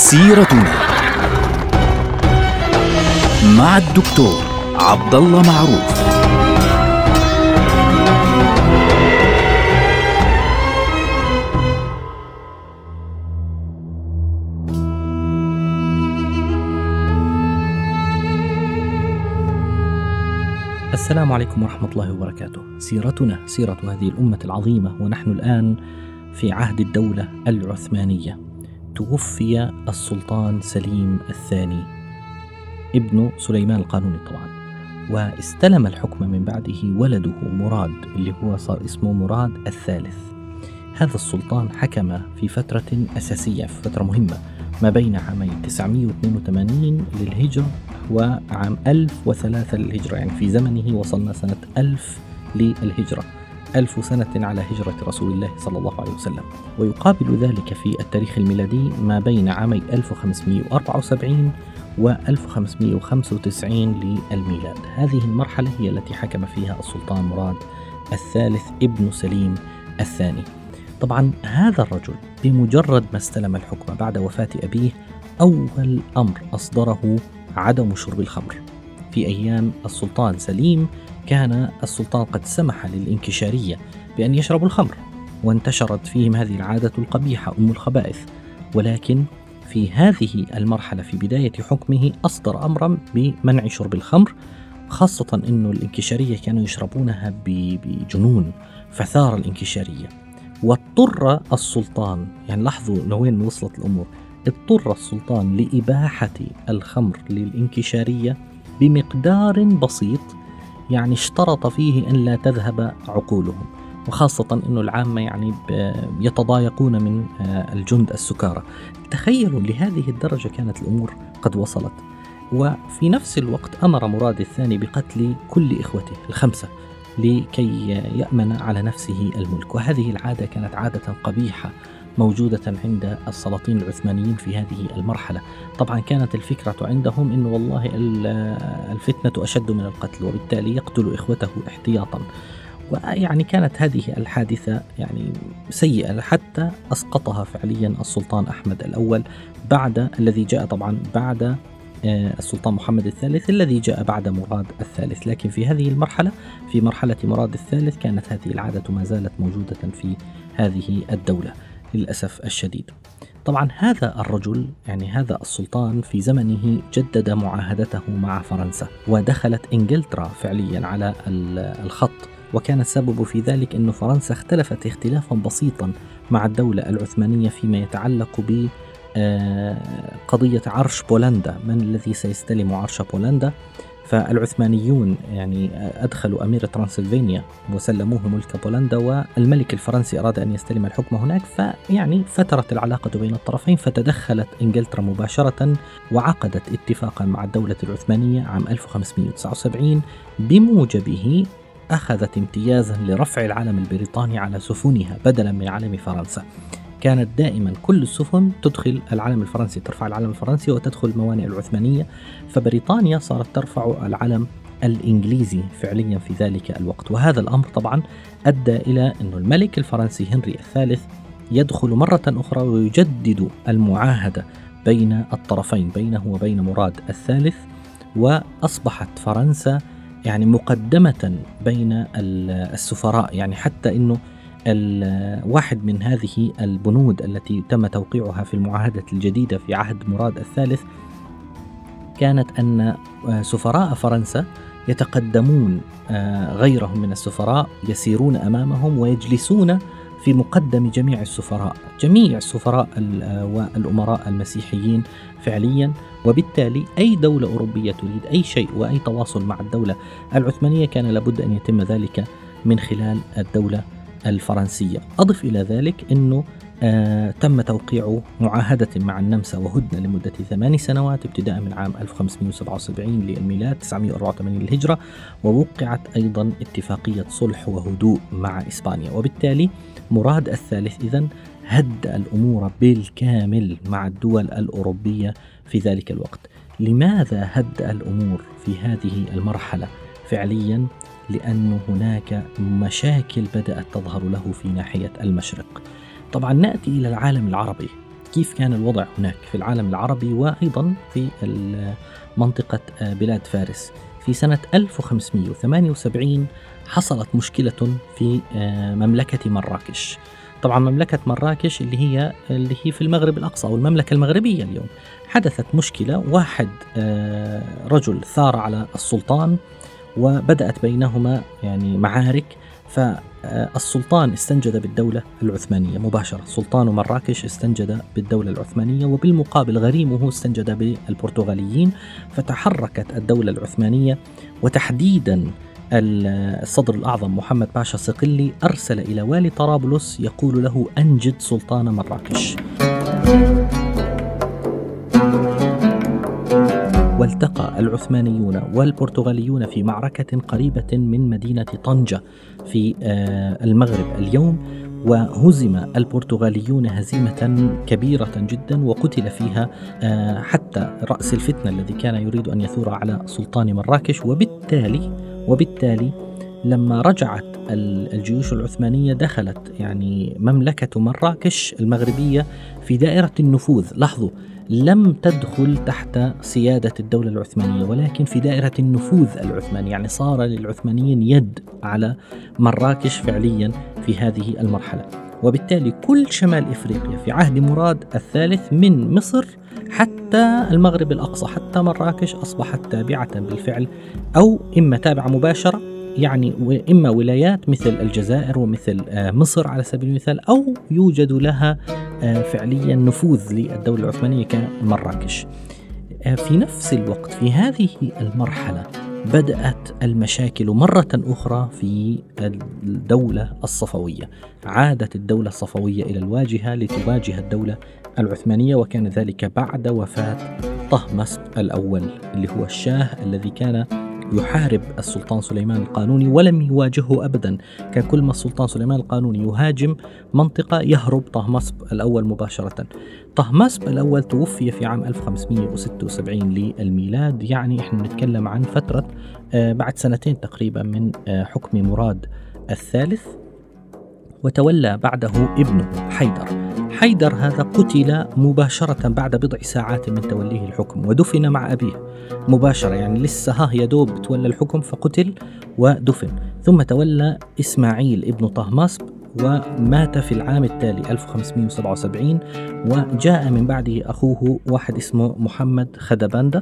سيرتنا مع الدكتور عبد الله معروف. السلام عليكم ورحمة الله وبركاته. سيرتنا سيرة هذه الأمة العظيمة، ونحن الآن في عهد الدولة العثمانية. توفي السلطان سليم الثاني ابن سليمان القانوني طبعا، واستلم الحكم من بعده ولده مراد اللي هو صار اسمه مراد الثالث. هذا السلطان حكم في فترة أساسية، في فترة مهمة ما بين عامين 982 للهجرة وعام 1003 للهجرة، يعني في زمنه وصلنا سنة 1000 للهجرة، 1000 سنة على هجرة رسول الله صلى الله عليه وسلم. ويقابل ذلك في التاريخ الميلادي ما بين عامي 1574 و 1595 للميلاد. هذه المرحلة هي التي حكم فيها السلطان مراد الثالث ابن سليم الثاني. طبعا هذا الرجل بمجرد ما استلم الحكم بعد وفاة أبيه، أول أمر أصدره عدم شرب الخمر. في أيام السلطان سليم كان السلطان قد سمح للإنكشارية بأن يشربوا الخمر، وانتشرت فيهم هذه العادة القبيحة أم الخبائث، ولكن في هذه المرحلة في بداية حكمه أصدر أمرا بمنع شرب الخمر، خاصة أن الإنكشارية كانوا يشربونها بجنون، فثار الإنكشارية واضطر السلطان، يعني لاحظوا لوين وصلت الأمور، اضطر السلطان لإباحة الخمر للإنكشارية بمقدار بسيط، يعني اشترط فيه أن لا تذهب عقولهم، وخاصة أنه العامة يعني يتضايقون من الجند السكارى. تخيلوا لهذه الدرجة كانت الأمور قد وصلت. وفي نفس الوقت أمر مراد الثاني بقتل كل إخوته الخمسة لكي يأمن على نفسه الملك، وهذه العادة كانت عادة قبيحة موجودة عند السلاطين العثمانيين في هذه المرحلة. طبعا كانت الفكرة عندهم إنه والله الفتنة أشد من القتل، وبالتالي يقتل إخوته احتياطا. ويعني كانت هذه الحادثة يعني سيئة، حتى أسقطها فعليا السلطان أحمد الأول بعد الذي جاء طبعا بعد السلطان محمد الثالث الذي جاء بعد مراد الثالث. لكن في هذه المرحلة، في مرحلة مراد الثالث، كانت هذه العادة ما زالت موجودة في هذه الدولة للأسف الشديد. طبعا هذا الرجل، يعني هذا السلطان، في زمنه جدد معاهدته مع فرنسا، ودخلت إنجلترا فعليا على الخط، وكان السبب في ذلك أن فرنسا اختلفت اختلافا بسيطا مع الدولة العثمانية فيما يتعلق ب قضية عرش بولندا، من الذي سيستلم عرش بولندا. فالعثمانيون يعني أدخلوا أمير ترانسلفانيا وسلموه ملك بولندا، والملك الفرنسي أراد أن يستلم الحكم هناك، فيعني فترت العلاقة بين الطرفين، فتدخلت إنجلترا مباشرة وعقدت اتفاقا مع الدولة العثمانية عام 1579 بموجبه أخذت امتيازا لرفع العلم البريطاني على سفنها بدلا من علم فرنسا. كانت دائما كل السفن تدخل العلم الفرنسي، ترفع العلم الفرنسي وتدخل الموانئ العثمانية، فبريطانيا صارت ترفع العلم الإنجليزي فعليا في ذلك الوقت. وهذا الأمر طبعا أدى إلى أن الملك الفرنسي هنري الثالث يدخل مرة أخرى ويجدد المعاهدة بين الطرفين، بينه وبين مراد الثالث، وأصبحت فرنسا يعني مقدمة بين السفراء، يعني حتى أنه واحد من هذه البنود التي تم توقيعها في المعاهدة الجديدة في عهد مراد الثالث كانت أن سفراء فرنسا يتقدمون غيرهم من السفراء، يسيرون أمامهم ويجلسون في مقدم جميع السفراء، جميع السفراء والأمراء المسيحيين فعليا. وبالتالي أي دولة أوروبية تريد أي شيء وأي تواصل مع الدولة العثمانية كان لابد أن يتم ذلك من خلال الدولة الفرنسية. أضف إلى ذلك أنه تم توقيع معاهدة مع النمسا وهدنة لمدة 8 سنوات ابتداء من عام 1577 للميلاد 984 للهجرة، ووقعت أيضا اتفاقية صلح وهدوء مع إسبانيا. وبالتالي مراد الثالث إذن هدأ الأمور بالكامل مع الدول الأوروبية في ذلك الوقت. لماذا هدأ الأمور في هذه المرحلة؟ فعليا لأن هناك مشاكل بدأت تظهر له في ناحية المشرق. طبعا نأتي إلى العالم العربي. كيف كان الوضع هناك في العالم العربي وأيضا في منطقة بلاد فارس. في سنة 1578 حصلت مشكلة في مملكة مراكش. طبعا مملكة مراكش اللي هي في المغرب الأقصى أو المملكة المغربية اليوم. حدثت مشكلة، واحد رجل ثار على السلطان وبدأت بينهما يعني معارك، فالسلطان استنجد بالدولة العثمانية مباشرة. سلطان مراكش استنجد بالدولة العثمانية، وبالمقابل غريمه استنجد بالبرتغاليين. فتحركت الدولة العثمانية، وتحديدا الصدر الأعظم محمد باشا صقلي أرسل إلى والي طرابلس يقول له أنجد سلطان مراكش. والتقى العثمانيون والبرتغاليون في معركة قريبة من مدينة طنجة في المغرب اليوم، وهزم البرتغاليون هزيمة كبيرة جدا، وقتل فيها حتى رأس الفتنة الذي كان يريد أن يثور على سلطان مراكش. وبالتالي لما رجعت الجيوش العثمانية دخلت يعني مملكة مراكش المغربية في دائرة النفوذ. لاحظوا، لم تدخل تحت سيادة الدولة العثمانية، ولكن في دائرة النفوذ العثماني، يعني صار للعثمانيين يد على مراكش فعليا في هذه المرحلة. وبالتالي كل شمال إفريقيا في عهد مراد الثالث من مصر حتى المغرب الأقصى حتى مراكش أصبحت تابعة بالفعل، أو إما تابعة مباشرة يعني إما ولايات مثل الجزائر ومثل مصر على سبيل المثال، أو يوجد لها فعليا نفوذ للدولة العثمانية كمراكش. في نفس الوقت في هذه المرحلة بدأت المشاكل مرة أخرى في الدولة الصفوية. عادت الدولة الصفوية إلى الواجهة لتواجه الدولة العثمانية، وكان ذلك بعد وفاة طهماسب الأول اللي هو الشاه الذي كان يحارب السلطان سليمان القانوني ولم يواجهه أبدا. كان كل ما السلطان سليمان القانوني يهاجم منطقة يهرب طهماسب الأول مباشرة. طهماسب الأول توفي في عام 1576 للميلاد، يعني احنا نتكلم عن فترة بعد سنتين تقريبا من حكم مراد الثالث. وتولى بعده ابنه حيدر هذا قتل مباشرة بعد بضع ساعات من توليه الحكم، ودفن مع أبيه مباشرة، يعني لسه يدوب تولى الحكم فقتل ودفن. ثم تولى إسماعيل ابن طهماسب ومات في العام التالي 1577، وجاء من بعده أخوه واحد اسمه محمد خدبندة،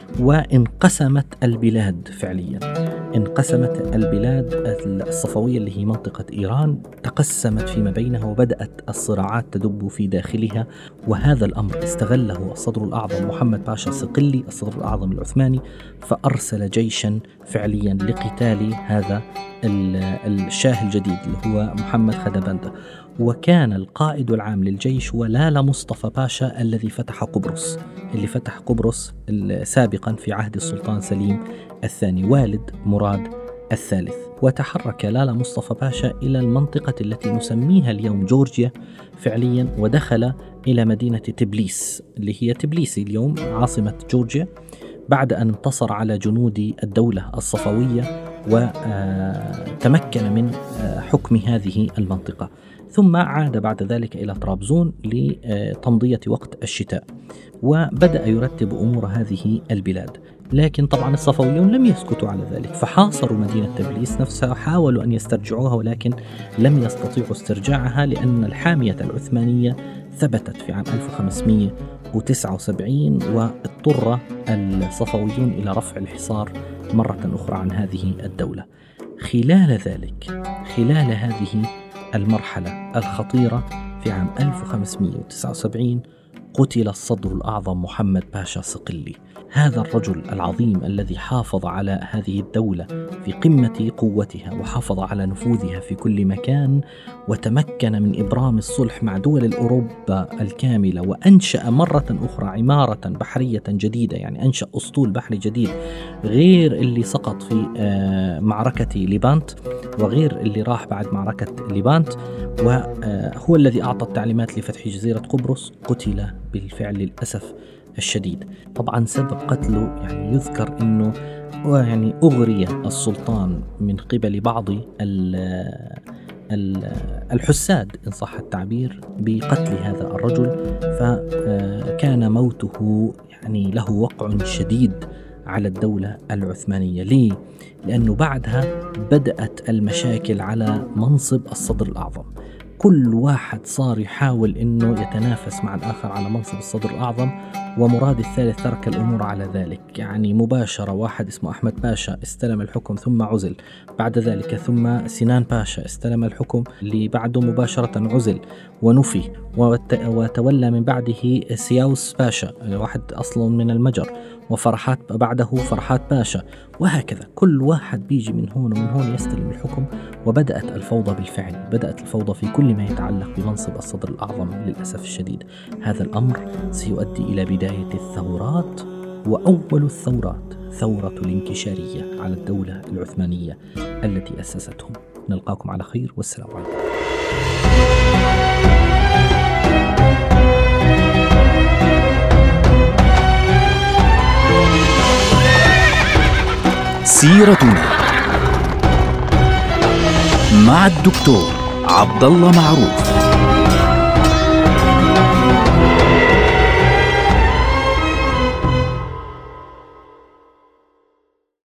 وانقسمت البلاد فعليا. انقسمت البلاد الصفوية اللي هي منطقة إيران، تقسمت فيما بينها وبدأت الصراعات تدب في داخلها. وهذا الأمر استغله الصدر الأعظم محمد باشا صقلي الصدر الأعظم العثماني، فأرسل جيشا فعليا لقتال هذا الشاه الجديد اللي هو محمد خدبندة. وكان القائد العام للجيش ولالا مصطفى باشا الذي فتح قبرص سابقا في عهد السلطان سليم الثاني والد مراد الثالث. وتحرك لالا مصطفى باشا إلى المنطقة التي نسميها اليوم جورجيا فعليا، ودخل إلى مدينة تبليس اللي هي تبليس اليوم عاصمة جورجيا، بعد أن انتصر على جنود الدولة الصفوية وتمكن من حكم هذه المنطقة. ثم عاد بعد ذلك إلى طرابزون لتمضية وقت الشتاء، وبدأ يرتب أمور هذه البلاد. لكن طبعا الصفويون لم يسكتوا على ذلك، فحاصروا مدينة تبليس نفسها، حاولوا أن يسترجعوها ولكن لم يستطيعوا استرجاعها، لأن الحامية العثمانية ثبتت في عام 1579، واضطر الصفويون إلى رفع الحصار مرة أخرى عن هذه الدولة. خلال هذه المرحلة الخطيرة في عام 1579 قتل الصدر الأعظم محمد باشا صقلي، هذا الرجل العظيم الذي حافظ على هذه الدولة في قمة قوتها وحافظ على نفوذها في كل مكان، وتمكن من إبرام الصلح مع دول الأوروبا الكاملة، وأنشأ مرة أخرى عمارة بحرية جديدة، يعني أنشأ أسطول بحري جديد غير اللي سقط في معركة ليبانت وغير اللي راح بعد معركة ليبانت، وهو الذي أعطى التعليمات لفتح جزيرة قبرص. قتل بالفعل للأسف الشديد. طبعا سبب قتله يعني يذكر أنه يعني أغري السلطان من قبل بعض الحساد إن صح التعبير بقتل هذا الرجل، فكان موته يعني له وقع شديد على الدولة العثمانية. ليه؟ لأنه بعدها بدأت المشاكل على منصب الصدر الأعظم. كل واحد صار يحاول أنه يتنافس مع الآخر على منصب الصدر الأعظم، ومراد الثالث ترك الأمور على ذلك. يعني مباشرة واحد اسمه أحمد باشا استلم الحكم ثم عزل، بعد ذلك ثم سنان باشا استلم الحكم اللي بعده مباشرة عزل ونفي، وتولى من بعده سياوس باشا واحد أصلا من المجر، وفرحات بعده فرحات باشا، وهكذا كل واحد بيجي من هون ومن هون يستلم الحكم. وبدأت الفوضى بالفعل، بدأت الفوضى في كل ما يتعلق بمنصب الصدر الأعظم للأسف الشديد. هذا الأمر سيؤدي إلى بداية الثورات، وأول الثورات ثورة الانكشارية على الدولة العثمانية التي أسستهم. نلقاكم على خير، والسلام عليكم. سيرتنا مع الدكتور عبد الله معروف.